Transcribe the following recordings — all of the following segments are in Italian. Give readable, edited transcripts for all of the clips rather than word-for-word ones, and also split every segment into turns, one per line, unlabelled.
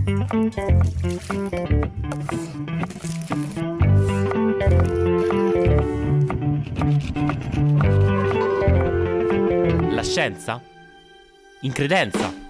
La scienza in credenza.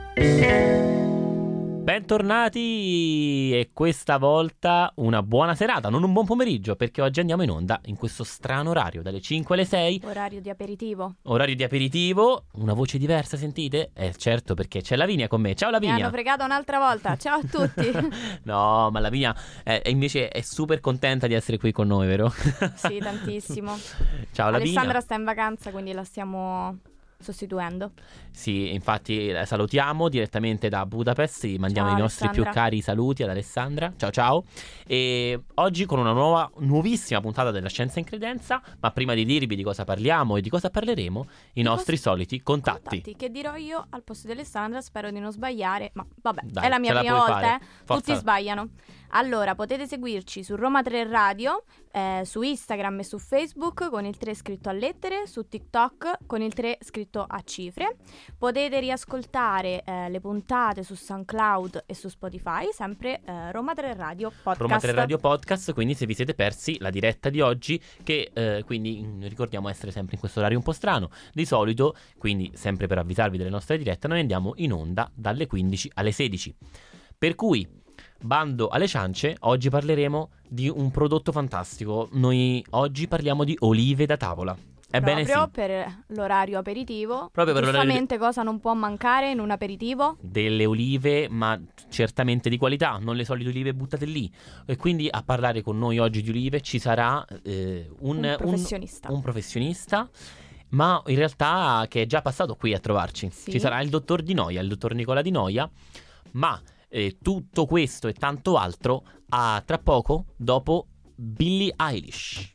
Bentornati, e questa volta una buona serata, non un buon pomeriggio, perché oggi andiamo in onda in questo strano orario, dalle 5 alle 6.
Orario di aperitivo.
Orario di aperitivo, una voce diversa, sentite? Certo, perché c'è Lavinia con me. Ciao Lavinia.
Mi hanno fregato un'altra volta, ciao a tutti.
No, ma Lavinia invece è super contenta di essere qui con noi, vero?
Sì, tantissimo.
Ciao Lavinia.
Alessandra sta in vacanza, quindi la stiamo sostituendo.
Sì, infatti la salutiamo direttamente da Budapest, mandiamo
Ciao,
i nostri
Alessandra.
più cari saluti ad Alessandra. Ciao ciao. E oggi con una nuovissima puntata della Scienza in Credenza, ma prima di dirvi di cosa parliamo e di cosa parleremo, i nostri soliti contatti.
Che dirò io al posto di Alessandra, spero di non sbagliare, ma vabbè,
Dai,
è la mia
ce la
prima
puoi
volta,
fare. Forza.
Tutti sbagliano. Allora, potete seguirci su Roma 3 Radio, su Instagram e su Facebook con il 3 scritto a lettere, su TikTok con il 3 scritto a cifre. Potete riascoltare le puntate su SoundCloud e su Spotify, sempre Roma 3 Radio Podcast.
Roma 3 Radio Podcast, quindi se vi siete persi la diretta di oggi, che quindi ricordiamo essere sempre in questo orario un po' strano, di solito, quindi sempre per avvisarvi delle nostre dirette, noi andiamo in onda dalle 15 alle 16. Per cui, bando alle ciance, oggi parleremo di un prodotto fantastico. Noi oggi parliamo di olive da tavola. Ebbene
proprio
sì,
per l'orario aperitivo.
Proprio per l'orario
Giustamente cosa non può mancare in un aperitivo?
delle olive, ma certamente di qualità, non le solite olive buttate lì. E quindi a parlare con noi oggi di olive ci sarà
Un professionista.
un professionista, ma in realtà che è già passato qui a trovarci.
Sì.
Ci sarà il dottor Di Noia, il dottor Nicola Di Noia, ma tutto questo e tanto altro tra poco, dopo Billie Eilish.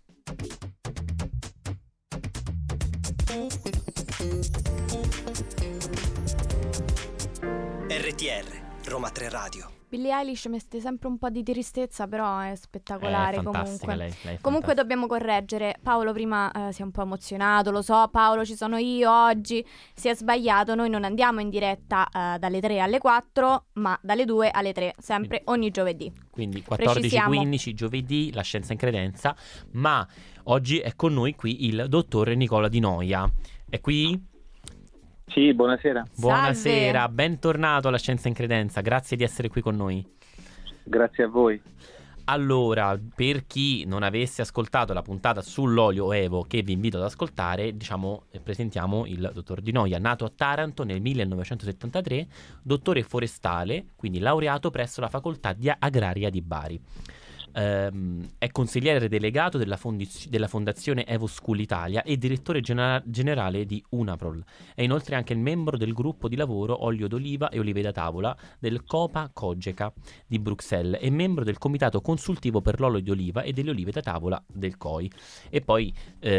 RTR, Roma 3 Radio.
Billie Eilish mette sempre un po' di tristezza, però è spettacolare
Fantastica
comunque.
lei è
Comunque
fantastica.
dobbiamo correggere. Paolo prima si è un po' emozionato, lo so. Paolo, ci sono io oggi. Si è sbagliato, noi non andiamo in diretta dalle 3 alle 4, ma dalle 2 alle 3, sempre ogni giovedì.
Quindi
Precisiamo.
14-15 giovedì, la scienza in credenza. Ma oggi è con noi qui il dottore Nicola Di Noia. È qui?
Sì, buonasera.
Buonasera,
Salve.
bentornato alla scienza in credenza. Grazie di essere qui con noi.
Grazie a voi.
Allora, per chi non avesse ascoltato la puntata sull'olio Evo, che vi invito ad ascoltare, presentiamo il dottor Di Noia, nato a Taranto nel 1973, dottore forestale, quindi laureato presso la facoltà di agraria di Bari. È consigliere delegato della Fondazione Evo School Italia e direttore generale di Unaprol. È inoltre anche il membro del gruppo di lavoro Olio d'oliva e olive da tavola del Copa Cogeca di Bruxelles e membro del comitato consultivo per l'olio di oliva e delle olive da tavola del COI. E poi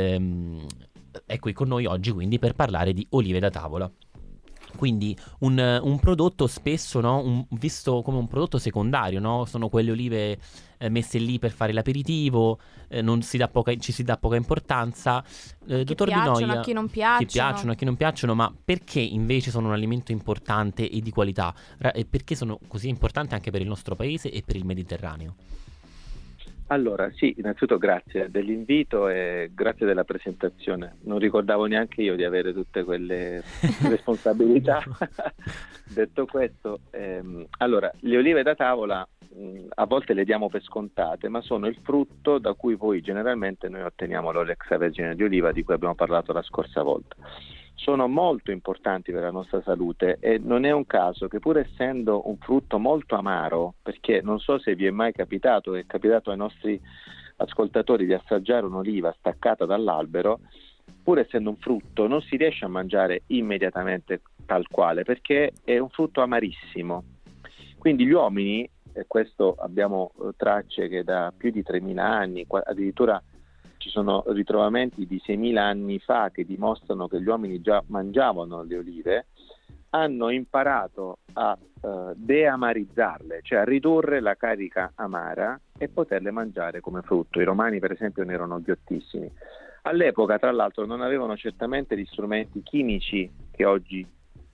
è qui con noi oggi quindi per parlare di olive da tavola. Quindi un prodotto spesso, no? Visto come un prodotto secondario, no? Sono quelle olive messe lì per fare l'aperitivo, ci si dà poca importanza. Dottor Di
piacciono,
Noia,
a chi non
chi piacciono,
piacciono.
a chi non piacciono, ma perché invece sono un alimento importante e di qualità? E perché sono così importanti anche per il nostro paese e per il Mediterraneo?
Allora, sì, innanzitutto grazie dell'invito e grazie della presentazione. Non ricordavo neanche io di avere tutte quelle responsabilità. Detto questo, allora, le olive da tavola a volte le diamo per scontate, ma sono il frutto da cui poi generalmente noi otteniamo l'olio extravergine di oliva di cui abbiamo parlato la scorsa volta. Sono molto importanti per la nostra salute e non è un caso che, pur essendo un frutto molto amaro, perché non so se vi è mai capitato, è capitato ai nostri ascoltatori di assaggiare un'oliva staccata dall'albero, pur essendo un frutto non si riesce a mangiare immediatamente tal quale perché è un frutto amarissimo. Quindi gli uomini, e questo abbiamo tracce che da più di 3.000 anni, addirittura ci sono ritrovamenti di 6.000 anni fa che dimostrano che gli uomini già mangiavano le olive, hanno imparato a deamarizzarle, cioè a ridurre la carica amara e poterle mangiare come frutto. I romani per esempio ne erano ghiottissimi. All'epoca tra l'altro non avevano certamente gli strumenti chimici che oggi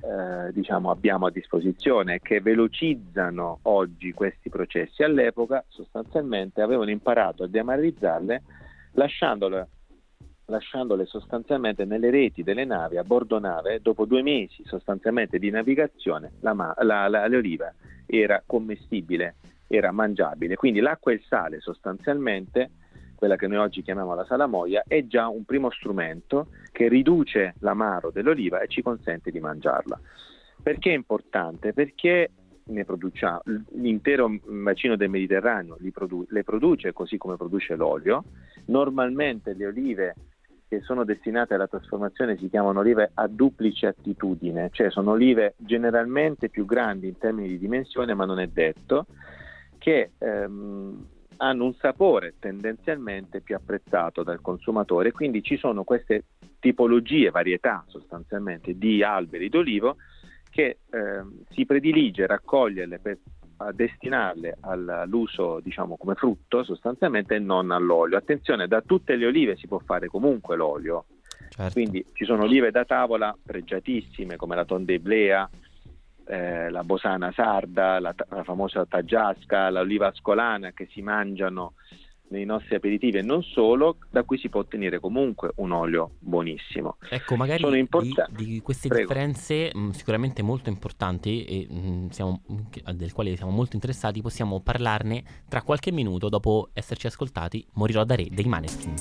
diciamo abbiamo a disposizione, che velocizzano oggi questi processi. All'epoca sostanzialmente avevano imparato a deamarizzarle lasciandole sostanzialmente nelle reti delle navi, a bordo nave. Dopo 2 mesi sostanzialmente di navigazione l'oliva era commestibile, era mangiabile. Quindi l'acqua e il sale sostanzialmente, quella che noi oggi chiamiamo la salamoia, è già un primo strumento che riduce l'amaro dell'oliva e ci consente di mangiarla. Perché è importante? Perché ne produciamo, l'intero bacino del Mediterraneo le produce, così come produce l'olio. Normalmente le olive che sono destinate alla trasformazione si chiamano olive a duplice attitudine, cioè sono olive generalmente più grandi in termini di dimensione, ma non è detto, che hanno un sapore tendenzialmente più apprezzato dal consumatore. Quindi ci sono queste tipologie, varietà sostanzialmente di alberi d'olivo che si predilige raccoglierle per destinarle all'uso, diciamo, come frutto sostanzialmente, e non all'olio. Attenzione, da tutte le olive si può fare comunque l'olio.
Certo.
Quindi ci sono olive da tavola pregiatissime come la Tondeblea, la Bosana sarda, la famosa Taggiasca, l'oliva ascolana, che si mangiano nei nostri aperitivi e non solo, da cui si può ottenere comunque un olio buonissimo.
Ecco, magari
sono importanti
di queste
Prego.
differenze sicuramente molto importanti e del quale siamo molto interessati, possiamo parlarne tra qualche minuto dopo esserci ascoltati Morirò da re dei Maneskin.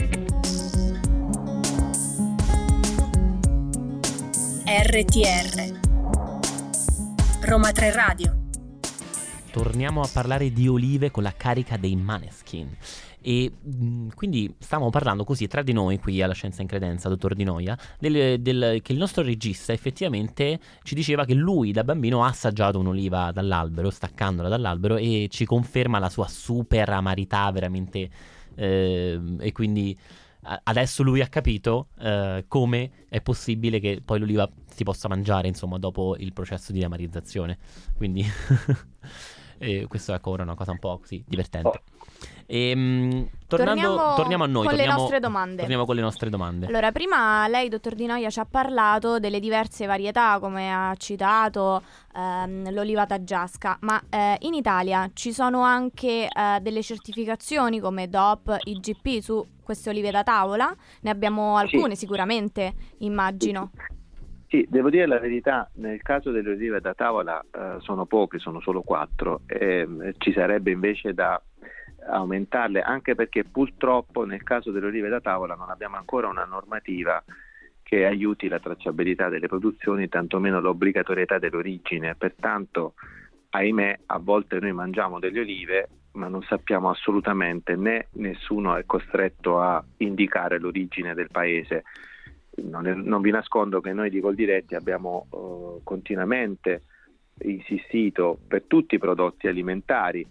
RTR Roma 3 Radio.
Torniamo a parlare di olive con la carica dei Maneskin. E quindi stavamo parlando così tra di noi qui alla Scienza in Credenza, dottor Di Noia, che il nostro regista effettivamente ci diceva che lui da bambino ha assaggiato un'oliva dall'albero, staccandola dall'albero, e ci conferma la sua super amarità veramente, e quindi adesso lui ha capito come è possibile che poi l'oliva si possa mangiare, insomma, dopo il processo di amarizzazione. Quindi e questo è ancora una cosa un po' così divertente. Torniamo a noi,
con le nostre domande.
Torniamo con le nostre domande.
Allora, prima lei, dottor Di Noia, ci ha parlato delle diverse varietà, come ha citato l'oliva taggiasca, ma in Italia ci sono anche delle certificazioni come DOP, IGP su queste olive da tavola? Ne abbiamo alcune sicuramente, immagino.
Sì, devo dire la verità, nel caso delle olive da tavola sono poche, sono solo 4, e ci sarebbe invece da aumentarle, anche perché purtroppo nel caso delle olive da tavola non abbiamo ancora una normativa che aiuti la tracciabilità delle produzioni, tantomeno l'obbligatorietà dell'origine. Pertanto, ahimè, a volte noi mangiamo delle olive ma non sappiamo assolutamente, né nessuno è costretto a indicare l'origine del paese. Non vi nascondo che noi di Coldiretti abbiamo continuamente insistito per tutti i prodotti alimentari,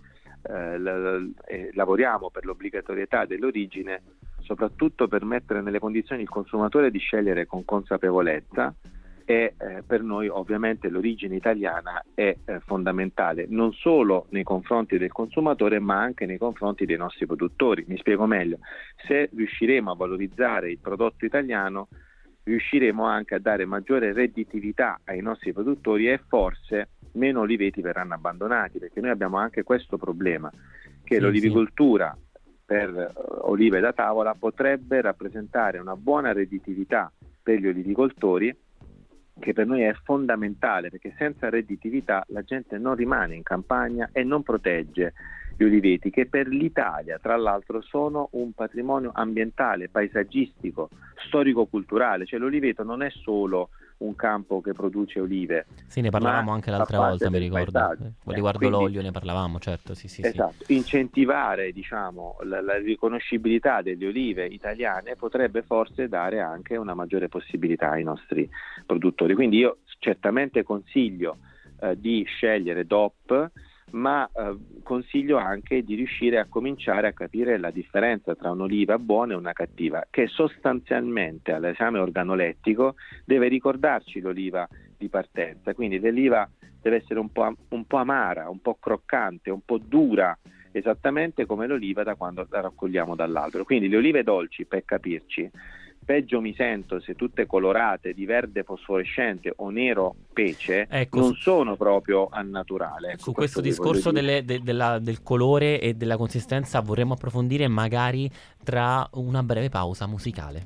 lavoriamo per l'obbligatorietà dell'origine, soprattutto per mettere nelle condizioni il consumatore di scegliere con consapevolezza, e per noi ovviamente l'origine italiana è fondamentale, non solo nei confronti del consumatore ma anche nei confronti dei nostri produttori. Mi spiego meglio: se riusciremo a valorizzare il prodotto italiano, riusciremo anche a dare maggiore redditività ai nostri produttori e forse meno oliveti verranno abbandonati, perché noi abbiamo anche questo problema, che l'olivicoltura per olive da tavola potrebbe rappresentare una buona redditività per gli olivicoltori, che per noi è fondamentale, perché senza redditività la gente non rimane in campagna e non protegge gli oliveti, che per l'Italia tra l'altro sono un patrimonio ambientale, paesaggistico, storico-culturale. Cioè l'oliveto non è solo un campo che produce olive.
Sì, ne parlavamo anche l'altra volta, mi ricordo. Riguardo
quindi,
l'olio ne parlavamo, certo, sì.
Esatto, incentivare, diciamo, la riconoscibilità delle olive italiane potrebbe forse dare anche una maggiore possibilità ai nostri produttori. Quindi io certamente consiglio di scegliere DOP, ma consiglio anche di riuscire a cominciare a capire la differenza tra un'oliva buona e una cattiva, che sostanzialmente all'esame organolettico deve ricordarci l'oliva di partenza. Quindi l'oliva deve essere un po' amara, un po' croccante, un po' dura, esattamente come l'oliva da quando la raccogliamo dall'albero. Quindi le olive dolci, per capirci, peggio mi sento se tutte colorate di verde fosforescente o nero pece,
ecco,
non sono proprio al naturale. Ecco,
su questo discorso del colore e della consistenza vorremmo approfondire magari tra una breve pausa musicale.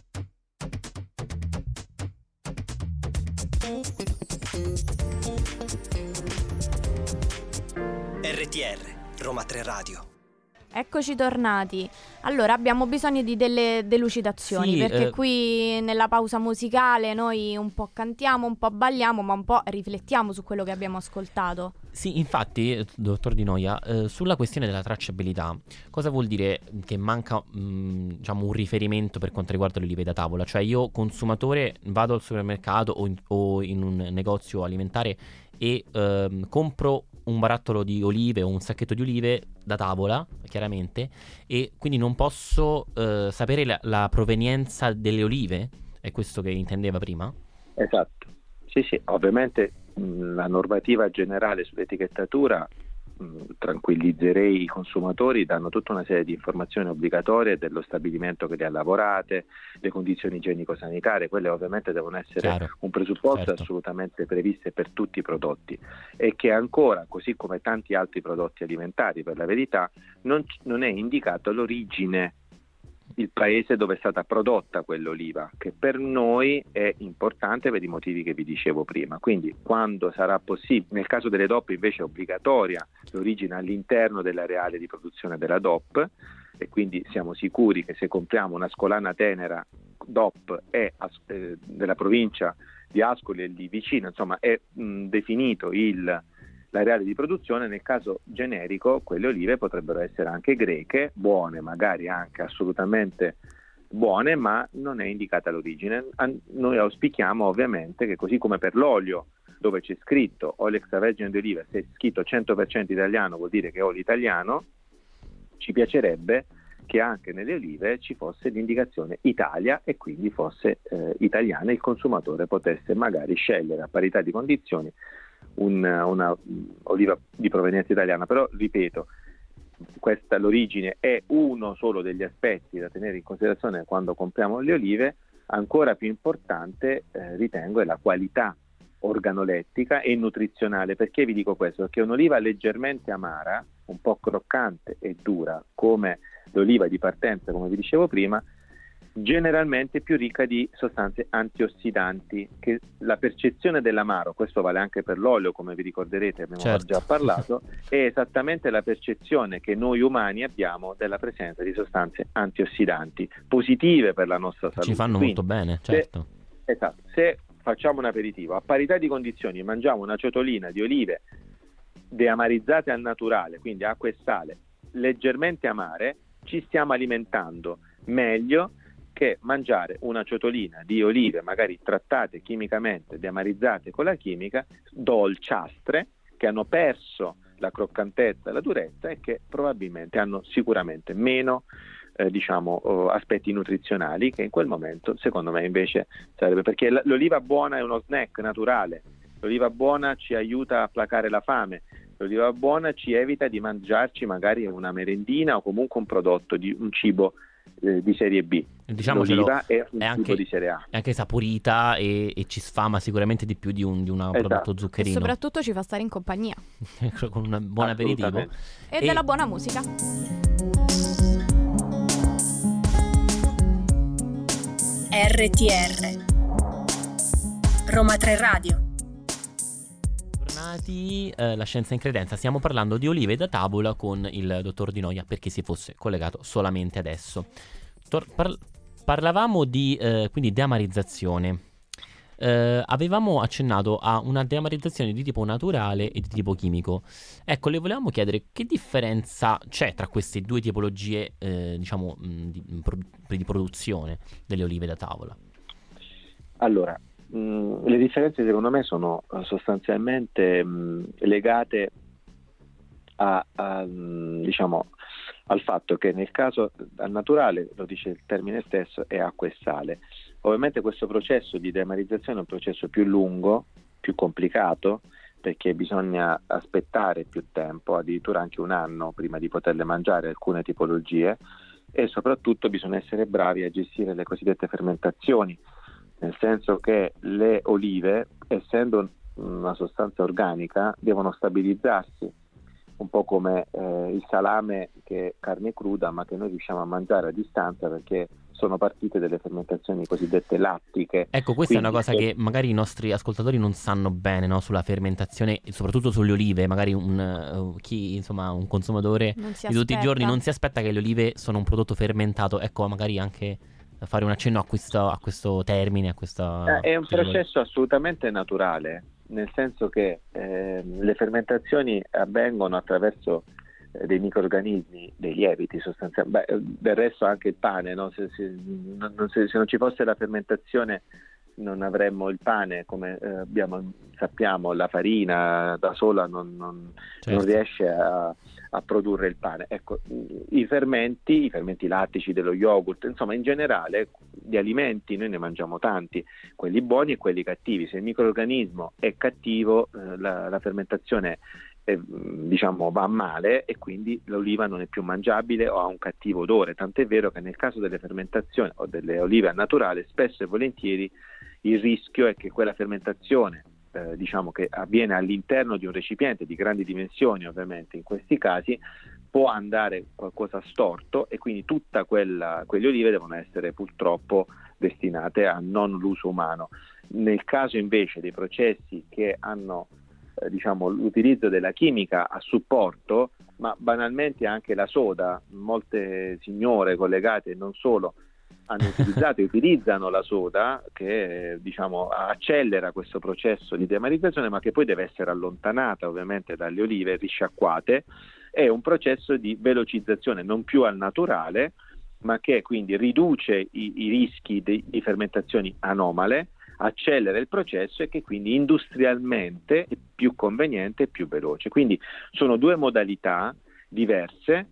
RTR, Roma 3 Radio.
Eccoci tornati. Allora, abbiamo bisogno di delle delucidazioni,
Sì,
perché qui nella pausa musicale noi un po' cantiamo, un po' balliamo, ma un po' riflettiamo su quello che abbiamo ascoltato.
Sì, infatti, dottor Di Noia, sulla questione della tracciabilità, cosa vuol dire che manca diciamo un riferimento per quanto riguarda le olive da tavola? Cioè io consumatore vado al supermercato o in un negozio alimentare e compro un barattolo di olive o un sacchetto di olive da tavola, chiaramente, e quindi non posso sapere la provenienza delle olive? È questo che intendeva prima?
Esatto, sì, ovviamente la normativa generale sull'etichettatura, tranquillizzerei i consumatori, danno tutta una serie di informazioni obbligatorie dello stabilimento che le ha lavorate, le condizioni igienico-sanitarie, quelle ovviamente devono essere
Chiaro,
un presupposto
certo.
assolutamente previste per tutti i prodotti, e che ancora, così come tanti altri prodotti alimentari, per la verità, non è indicato l'origine, il paese dove è stata prodotta quell'oliva, che per noi è importante per i motivi che vi dicevo prima. Quindi quando sarà possibile, nel caso delle DOP invece è obbligatoria l'origine all'interno dell'areale di produzione della DOP, e quindi siamo sicuri che se compriamo una scolana tenera DOP è della provincia di Ascoli e lì vicino, insomma è definito l'areale di produzione. Nel caso generico quelle olive potrebbero essere anche greche, buone, magari anche assolutamente buone, ma non è indicata l'origine. Noi auspichiamo ovviamente che, così come per l'olio, dove c'è scritto olio extravergine di oliva, se è scritto 100% italiano vuol dire che è olio italiano, ci piacerebbe che anche nelle olive ci fosse l'indicazione Italia, e quindi fosse italiana, il consumatore potesse magari scegliere a parità di condizioni una oliva di provenienza italiana. Però ripeto, l'origine è uno solo degli aspetti da tenere in considerazione quando compriamo le olive. Ancora più importante ritengo è la qualità organolettica e nutrizionale. Perché vi dico questo? Perché un'oliva leggermente amara, un po' croccante e dura come l'oliva di partenza, come vi dicevo prima, generalmente più ricca di sostanze antiossidanti, che la percezione dell'amaro, questo vale anche per l'olio come vi ricorderete, abbiamo
Certo.
già parlato, è esattamente la percezione che noi umani abbiamo della presenza di sostanze antiossidanti positive per la nostra salute.
Ci fanno
Quindi,
molto bene, certo.
se facciamo un aperitivo a parità di condizioni e mangiamo una ciotolina di olive deamarizzate al naturale, quindi acqua e sale, leggermente amare, ci stiamo alimentando meglio che mangiare una ciotolina di olive magari trattate chimicamente, deamarizzate con la chimica, dolciastre, che hanno perso la croccantezza e la durezza e che probabilmente hanno sicuramente meno aspetti nutrizionali, che in quel momento secondo me invece sarebbe, perché l'oliva buona è uno snack naturale, l'oliva buona ci aiuta a placare la fame, l'oliva buona ci evita di mangiarci magari una merendina o comunque un prodotto, un cibo di serie B.
Diciamocelo,
l'oliva è un
anche,
cibo di serie A.
è anche saporita e ci sfama sicuramente di più di un prodotto
E
zuccherino.
soprattutto ci fa stare in compagnia.
Con un buon aperitivo.
Assolutamente.
E della buona musica.
RTR Roma 3 Radio.
Tornati, la scienza in credenza. Stiamo parlando di olive da tavola con il dottor Di Noia, per chi si fosse collegato solamente adesso. Parlavamo di quindi deamarizzazione. Avevamo accennato a una deamarizzazione di tipo naturale e di tipo chimico. Ecco, le volevamo chiedere che differenza c'è tra queste due tipologie di produzione delle olive da tavola.
Allora, le differenze secondo me sono sostanzialmente legate al fatto che nel caso al naturale, lo dice il termine stesso, è acqua e sale. Ovviamente questo processo di deamarizzazione è un processo più lungo, più complicato, perché bisogna aspettare più tempo, addirittura anche un anno prima di poterle mangiare alcune tipologie, e soprattutto bisogna essere bravi a gestire le cosiddette fermentazioni, nel senso che le olive, essendo una sostanza organica, devono stabilizzarsi, un po' come il salame, che è carne cruda ma che noi riusciamo a mangiare a distanza perché sono partite delle fermentazioni cosiddette lattiche.
Ecco, questa
Quindi,
è una cosa che magari i nostri ascoltatori non sanno bene, no? Sulla fermentazione, soprattutto sulle olive. Magari chi, insomma, un consumatore di tutti i giorni non si aspetta che le olive sono un prodotto fermentato. Ecco, magari anche fare un accenno a questo termine, a questa...
È un processo assolutamente naturale, nel senso che le fermentazioni avvengono attraverso dei microrganismi, dei lieviti sostanzialmente. Del resto anche il pane, no? Se non ci fosse la fermentazione non avremmo il pane, come sappiamo, la farina da sola non riesce a produrre il pane. Ecco, i fermenti lattici dello yogurt, insomma in generale di alimenti noi ne mangiamo tanti, quelli buoni e quelli cattivi. Se il microrganismo è cattivo, la fermentazione va male e quindi l'oliva non è più mangiabile o ha un cattivo odore, tant'è vero che nel caso delle fermentazioni o delle olive al naturale spesso e volentieri il rischio è che quella fermentazione che avviene all'interno di un recipiente di grandi dimensioni, ovviamente in questi casi può andare qualcosa storto e quindi quelle olive devono essere purtroppo destinate a non l'uso umano. Nel caso invece dei processi che hanno l'utilizzo della chimica a supporto, ma banalmente anche la soda, molte signore collegate non solo hanno utilizzato e utilizzano la soda che accelera questo processo di demarizzazione, ma che poi deve essere allontanata ovviamente dalle olive risciacquate. È un processo di velocizzazione non più al naturale, ma che quindi riduce i rischi di fermentazioni anomale, accelera il processo e che quindi industrialmente è più conveniente e più veloce. Quindi sono due modalità diverse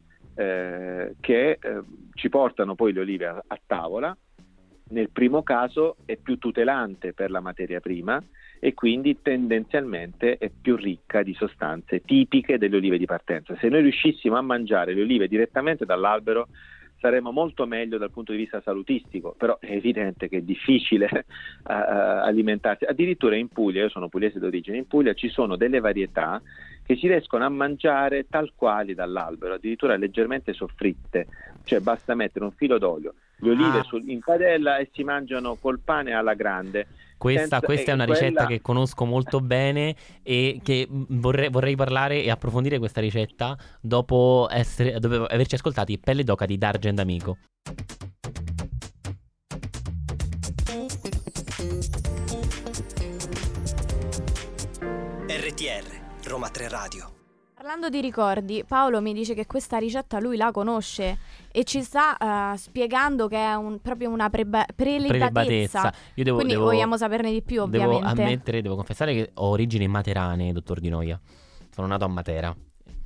che ci portano poi le olive a tavola. Nel primo caso è più tutelante per la materia prima e quindi tendenzialmente è più ricca di sostanze tipiche delle olive di partenza. Se noi riuscissimo a mangiare le olive direttamente dall'albero saremo molto meglio dal punto di vista salutistico, però è evidente che è difficile alimentarsi. Addirittura in Puglia, io sono pugliese d'origine, in Puglia ci sono delle varietà che si riescono a mangiare tal quali dall'albero, addirittura leggermente soffritte, cioè basta mettere un filo d'olio, le olive in padella e si mangiano col pane alla grande.
Questa è una ricetta che conosco molto bene e che vorrei parlare e approfondire questa ricetta dopo averci ascoltati Pelle d'Oca di D'Argent Amico.
RTR Roma 3 Radio.
Parlando di ricordi, Paolo mi dice che questa ricetta lui la conosce e ci sta spiegando che è proprio una prelibatezza. Quindi vogliamo saperne di più, ovviamente.
Devo confessare che ho origini materane, dottor Di Noia. Sono nato a Matera.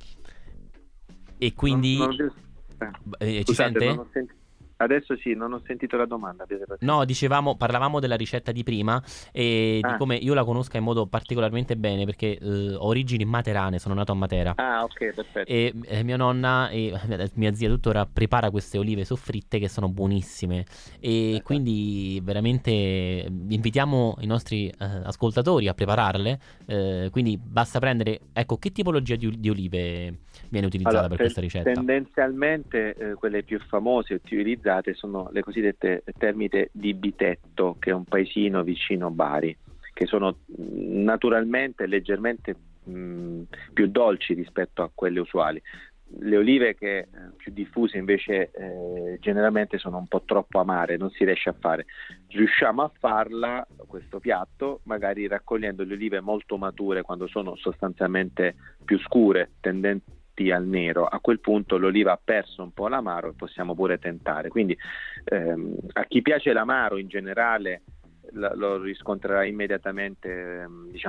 E quindi... ci sente?
Adesso sì, non ho sentito la domanda.
No, parlavamo della ricetta di prima e di come io la conosca in modo particolarmente bene perché ho origini materane, sono nato a Matera.
Ah, ok, perfetto.
E mia nonna e mia zia tuttora prepara queste olive soffritte che sono buonissime e quindi veramente invitiamo i nostri ascoltatori a prepararle, quindi basta prendere, ecco, che tipologia di olive viene utilizzata per questa ricetta?
Tendenzialmente quelle più famose e utilizzate sono le cosiddette termite di Bitetto, che è un paesino vicino Bari, che sono naturalmente leggermente più dolci rispetto a quelle usuali. Le olive che più diffuse invece generalmente sono un po' troppo amare, non si riesce a fare. Riusciamo a farla, questo piatto, magari raccogliendo le olive molto mature quando sono sostanzialmente più scure, tendenti al nero. A quel punto l'oliva ha perso un po' l'amaro e possiamo pure tentare. Quindi a chi piace l'amaro in generale lo riscontrerà immediatamente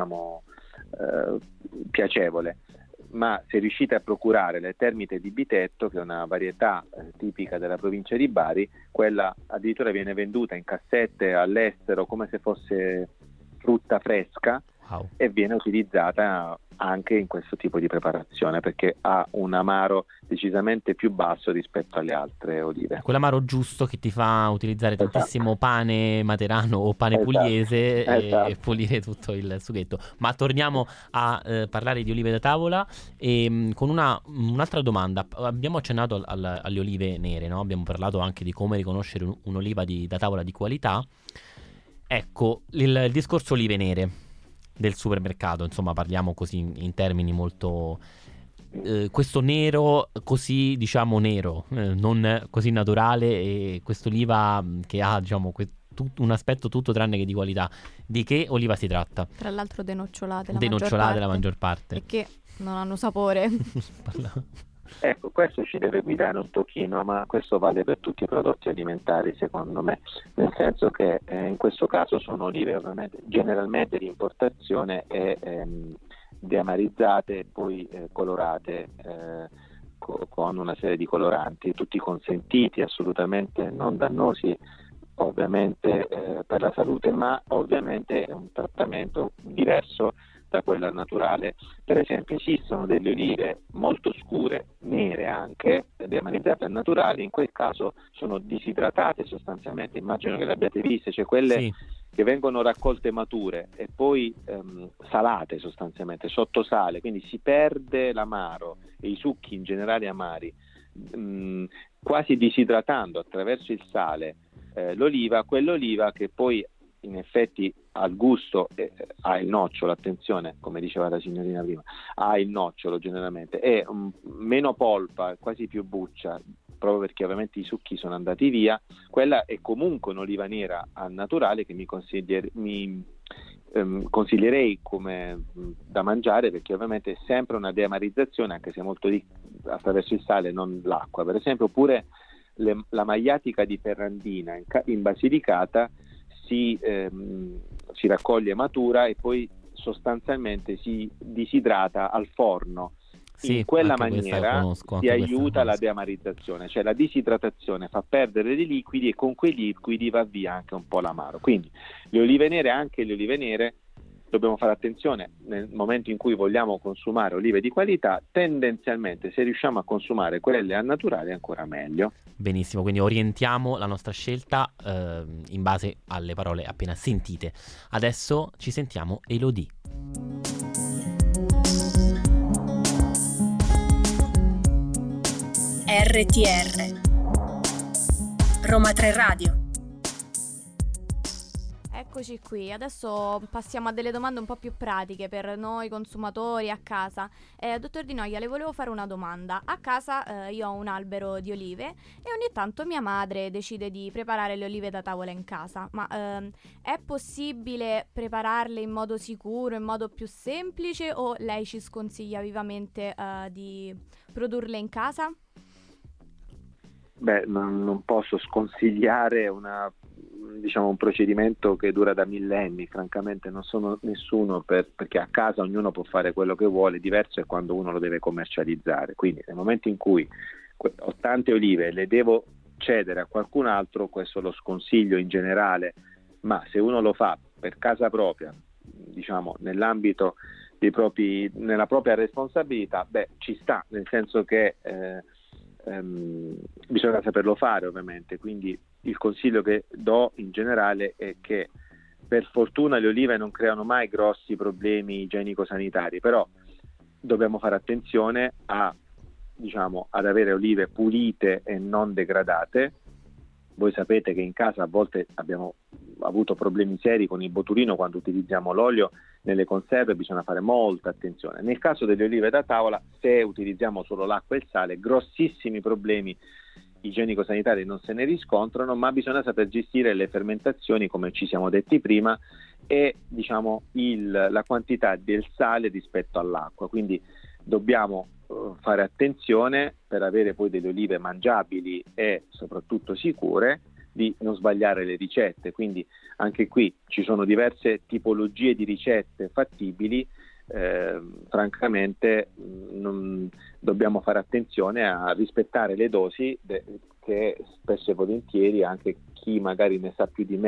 piacevole, ma se riuscite a procurare le termite di Bitetto, che è una varietà tipica della provincia di Bari, quella addirittura viene venduta in cassette all'estero come se fosse frutta fresca.
Wow.
e viene utilizzata anche in questo tipo di preparazione perché ha un amaro decisamente più basso rispetto alle altre olive.
Quell'amaro giusto che ti fa utilizzare tantissimo pane materano o pane pugliese e pulire tutto il sughetto. Ma torniamo a parlare di olive da tavola e con un'altra domanda. Abbiamo accennato alle olive nere, no? Abbiamo parlato anche di come riconoscere un'oliva da tavola di qualità. Ecco, il discorso olive nere del supermercato, insomma, parliamo così in termini molto... questo nero così, diciamo, nero, non così naturale, e quest'oliva che ha, diciamo, un aspetto tutto tranne che di qualità. Di che oliva si tratta?
Tra l'altro denocciolate
la maggior parte.
E che non hanno sapore.
Ecco, questo ci deve guidare un pochino, ma questo vale per tutti i prodotti alimentari, secondo me, nel senso che in questo caso sono olive ovviamente generalmente di importazione e deamarizzate e poi colorate con una serie di coloranti, tutti consentiti, assolutamente non dannosi ovviamente per la salute, ma ovviamente è un trattamento diverso da quella naturale. Per esempio esistono delle olive molto scure, nere anche, deamarizzate al naturale, in quel caso sono disidratate sostanzialmente, immagino che le abbiate viste, cioè quelle
sì,
che vengono raccolte mature e poi salate sostanzialmente, sotto sale, quindi si perde l'amaro e i succhi in generale amari, quasi disidratando attraverso il sale l'oliva, quell'oliva che poi in effetti al gusto ha il nocciolo, attenzione, come diceva la signorina prima, ha il nocciolo generalmente, è meno polpa, quasi più buccia, proprio perché ovviamente i succhi sono andati via. Quella è comunque un'oliva nera al naturale che mi consiglierei come da mangiare, perché ovviamente è sempre una deamarizzazione, anche se molto attraverso il sale, non l'acqua, per esempio. Oppure la maiatica di Ferrandina in Basilicata si raccoglie matura e poi sostanzialmente si disidrata al forno.
sì,
in quella
anche
maniera si aiuta la deamarizzazione, cioè la disidratazione fa perdere dei liquidi e con quei liquidi va via anche un po' l'amaro. Quindi le olive nere, anche le olive nere, dobbiamo fare attenzione nel momento in cui vogliamo consumare olive di qualità. Tendenzialmente, se riusciamo a consumare quelle al naturale, ancora meglio.
Benissimo, quindi orientiamo la nostra scelta in base alle parole appena sentite. Adesso ci sentiamo Elodie.
RTR Roma 3 Radio.
Eccoci qui, adesso passiamo a delle domande un po' più pratiche per noi consumatori a casa. Dottor Di Noia, le volevo fare una domanda. A casa io ho un albero di olive e ogni tanto mia madre decide di preparare le olive da tavola in casa, ma è possibile prepararle in modo sicuro, in modo più semplice, o lei ci sconsiglia vivamente di produrle in casa?
Beh, non posso sconsigliare un procedimento che dura da millenni. Francamente non sono nessuno perché a casa ognuno può fare quello che vuole. Diverso è quando uno lo deve commercializzare, quindi nel momento in cui ho tante olive e le devo cedere a qualcun altro, questo lo sconsiglio in generale, ma se uno lo fa per casa propria, diciamo nell'ambito nella propria responsabilità, ci sta, nel senso che bisogna saperlo fare ovviamente. Quindi il consiglio che do in generale è che per fortuna le olive non creano mai grossi problemi igienico-sanitari, però dobbiamo fare attenzione ad avere olive pulite e non degradate. Voi sapete che in casa a volte abbiamo avuto problemi seri con il botulino quando utilizziamo l'olio nelle conserve, bisogna fare molta attenzione. Nel caso delle olive da tavola, se utilizziamo solo l'acqua e il sale, grossissimi problemi igienico-sanitari non se ne riscontrano, ma bisogna saper gestire le fermentazioni, come ci siamo detti prima, e la quantità del sale rispetto all'acqua. Quindi dobbiamo fare attenzione per avere poi delle olive mangiabili e soprattutto sicure, di non sbagliare le ricette. Quindi anche qui ci sono diverse tipologie di ricette fattibili. Francamente dobbiamo fare attenzione a rispettare le dosi che spesso e volentieri anche chi magari ne sa più di me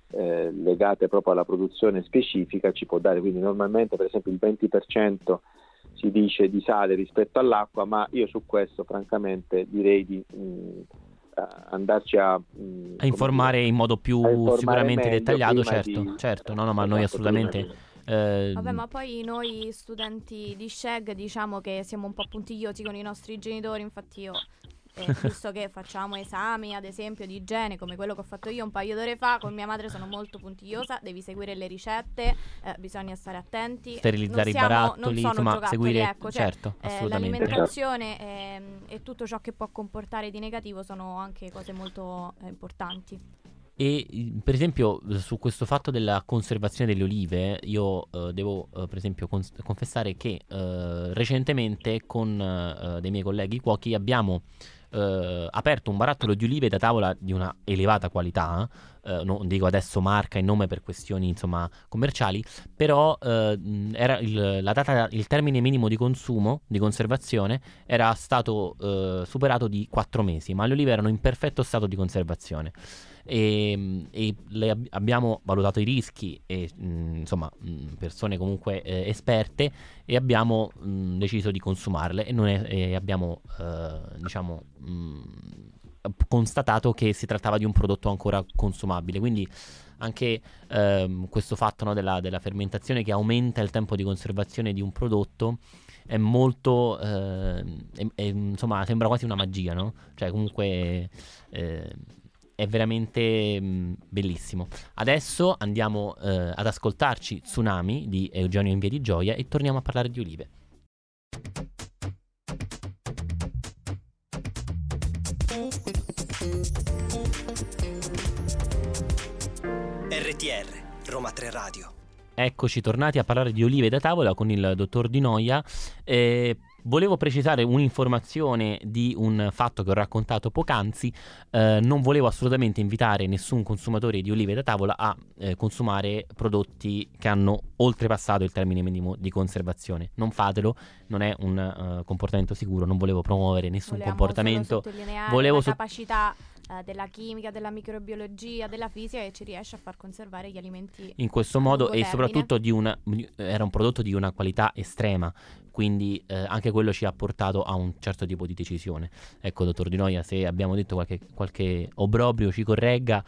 legate proprio alla produzione specifica ci può dare, quindi normalmente per esempio il 20% si dice di sale rispetto all'acqua, ma io su questo francamente direi di andarci a
informare in modo più sicuramente
meglio
dettagliato,
prima
certo, no, ma noi assolutamente...
Vabbè, ma poi noi studenti di SCEG diciamo che siamo un po' puntigliosi con i nostri genitori, infatti io visto che facciamo esami ad esempio di igiene come quello che ho fatto io un paio d'ore fa, con mia madre sono molto puntigliosa, devi seguire le ricette, bisogna stare attenti,
sterilizzare i barattoli, insomma seguire,
ecco, cioè,
certo, assolutamente.
L'alimentazione e tutto ciò che può comportare di negativo sono anche cose molto importanti.
E per esempio su questo fatto della conservazione delle olive io devo per esempio confessare che recentemente con dei miei colleghi cuochi abbiamo aperto un barattolo di olive da tavola di una elevata qualità, non dico adesso marca e nome per questioni insomma commerciali, però era il termine minimo di consumo, di conservazione era stato superato di 4 mesi, ma le olive erano in perfetto stato di conservazione. E abbiamo valutato i rischi e insomma persone comunque esperte, e abbiamo deciso di consumarle e abbiamo diciamo constatato che si trattava di un prodotto ancora consumabile, quindi anche questo fatto, no, della fermentazione che aumenta il tempo di conservazione di un prodotto è molto insomma sembra quasi una magia, no? Cioè comunque è veramente bellissimo. Adesso andiamo ad ascoltarci Tsunami di Eugenio in Via di Gioia e torniamo a parlare di olive.
RTR, Roma 3 Radio.
Eccoci tornati a parlare di olive da tavola con il dottor Di Noia. Volevo precisare un'informazione di un fatto che ho raccontato poc'anzi. Non volevo assolutamente invitare nessun consumatore di olive da tavola a consumare prodotti che hanno oltrepassato il termine minimo di conservazione. Non fatelo, non è un comportamento sicuro. Non volevo promuovere nessun comportamento.
Volevo la capacità della chimica, della microbiologia, della fisica che ci riesce a far conservare gli alimenti
in questo modo, e soprattutto era un prodotto di una qualità estrema, quindi anche quello ci ha portato a un certo tipo di decisione. Ecco, dottor Di Noia, se abbiamo detto qualche obbrobrio ci corregga,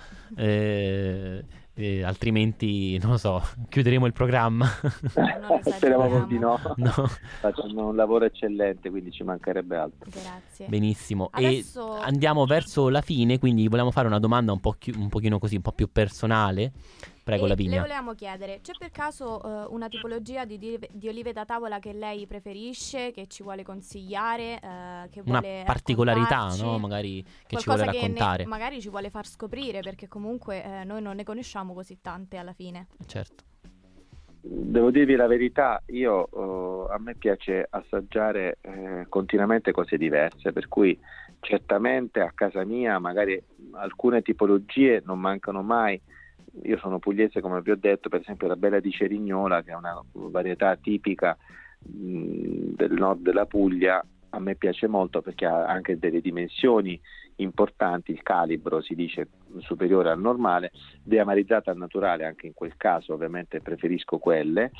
altrimenti non lo so, chiuderemo il programma.
Speriamo di no. Facciamo un lavoro eccellente, quindi ci mancherebbe altro.
Grazie.
Benissimo.
Adesso...
E andiamo verso la fine, quindi volevamo fare una domanda un pochino così, un po' più personale. Prego, Lavinia.
Le volevamo chiedere, c'è per caso una tipologia di olive da tavola che lei preferisce, che ci vuole consigliare, che
una
vuole
particolarità, no? Magari che ci vuole raccontare.
Magari ci vuole far scoprire, perché comunque noi non ne conosciamo così tante alla fine.
Certo.
Devo dirvi la verità, a me piace assaggiare continuamente cose diverse, per cui certamente a casa mia magari alcune tipologie non mancano mai. Io sono pugliese, come vi ho detto, per esempio la Bella di Cerignola, che è una varietà tipica del nord della Puglia, a me piace molto perché ha anche delle dimensioni importanti, il calibro si dice superiore al normale, deamarizzata al naturale, anche in quel caso ovviamente preferisco quelle.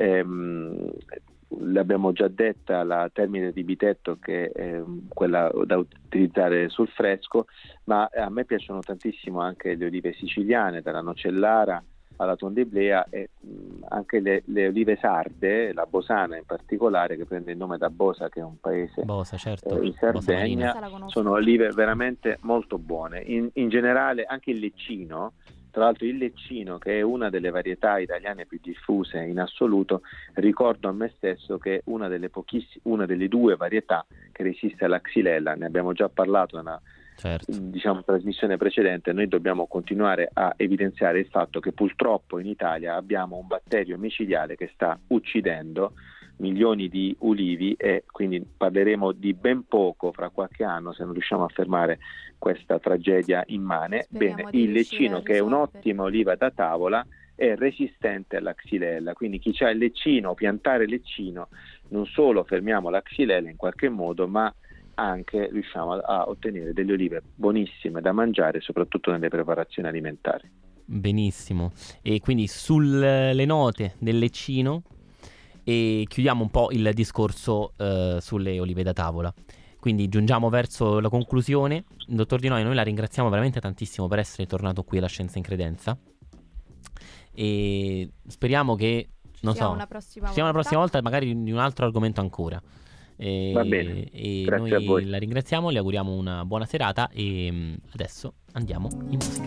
L'abbiamo già detta, la Termine di Bitetto, che è quella da utilizzare sul fresco, ma a me piacciono tantissimo anche le olive siciliane, dalla Nocellara alla Tondiblea, e anche le olive sarde, la Bosana in particolare, che prende il nome da Bosa, che è un paese in Sardegna. Sono olive veramente molto buone. In generale anche il Leccino. Tra l'altro il Leccino, che è una delle varietà italiane più diffuse in assoluto, ricordo a me stesso che è una delle 2 varietà che resiste alla xylella. Ne abbiamo già parlato nella trasmissione precedente. Noi dobbiamo continuare a evidenziare il fatto che purtroppo in Italia abbiamo un batterio micidiale che sta uccidendo milioni di ulivi, e quindi parleremo di ben poco fra qualche anno se non riusciamo a fermare questa tragedia immane. Bene, il Leccino, che è un'ottima oliva da tavola, è resistente alla xylella, quindi chi ha il leccino, piantare leccino, non solo fermiamo la xylella in qualche modo, ma anche riusciamo a ottenere delle olive buonissime da mangiare, soprattutto nelle preparazioni alimentari.
Benissimo. E quindi sulle note del leccino e chiudiamo un po' il discorso sulle olive da tavola. Quindi giungiamo verso la conclusione. Dottor Di Noia, noi la ringraziamo veramente tantissimo per essere tornato qui alla Scienza in Credenza e speriamo che
ci sia una prossima
volta, magari di un altro argomento ancora.
Va bene,
e
grazie
noi
a voi.
la ringraziamo, le auguriamo una buona serata e adesso andiamo in musica.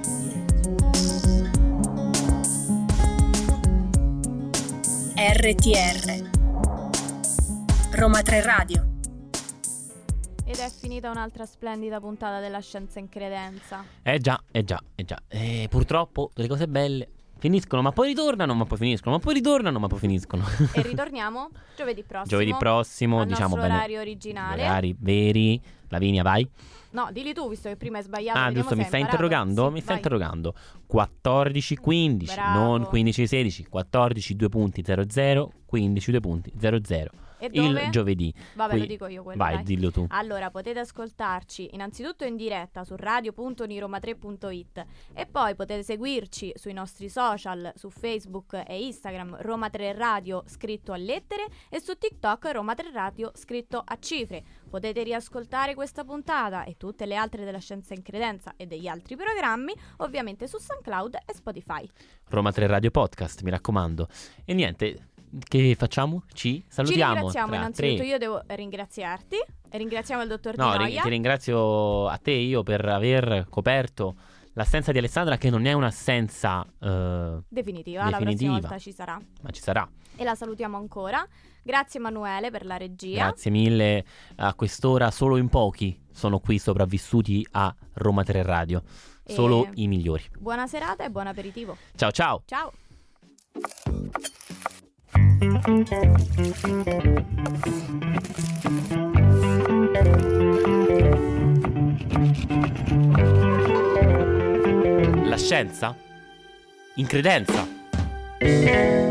RTR Roma 3 Radio.
Ed è finita un'altra splendida puntata della Scienza in Credenza.
Già. Purtroppo le cose belle finiscono, ma poi ritornano, ma poi finiscono, ma poi ritornano, ma poi finiscono.
E ritorniamo giovedì
prossimo,
al
diciamo
nostro
bene.
orario originale.
Orari veri. Lavinia, vai.
No, dilli tu, visto che prima hai sbagliato.
Ah,
vediamo
giusto,
se
mi
hai
stai
imparato.
interrogando?
Sì,
Mi stai
vai.
interrogando. 14-15,
Bravo.
non 15-16. 14-2.00, 15-2.00.
E dove?
Il giovedì.
Vabbè, lo dico io quello.
Vai,
dai.
dillo tu.
Allora, potete ascoltarci innanzitutto in diretta su radio.uniroma3.it e poi potete seguirci sui nostri social, su Facebook e Instagram Roma 3 Radio scritto a lettere e su TikTok Roma 3 Radio scritto a cifre. Potete riascoltare questa puntata e tutte le altre della Scienza in Credenza e degli altri programmi ovviamente su SoundCloud e Spotify.
Roma 3 Radio Podcast, mi raccomando. E niente, che facciamo? Ci salutiamo.
Ci ringraziamo
tra
innanzitutto,
3.
io devo ringraziarti e ringraziamo il dottor Di
No,
Noia.
ti ringrazio a te io per aver coperto l'assenza di Alessandra, che non è un'assenza
Definitiva, la prossima volta ci sarà.
ma ci sarà.
E la salutiamo ancora. Grazie Emanuele per la regia.
Grazie mille. A quest'ora solo in pochi sono qui sopravvissuti a Roma 3 Radio. Solo i migliori.
Buona serata e buon aperitivo.
Ciao ciao.
Ciao.
La scienza in credenza.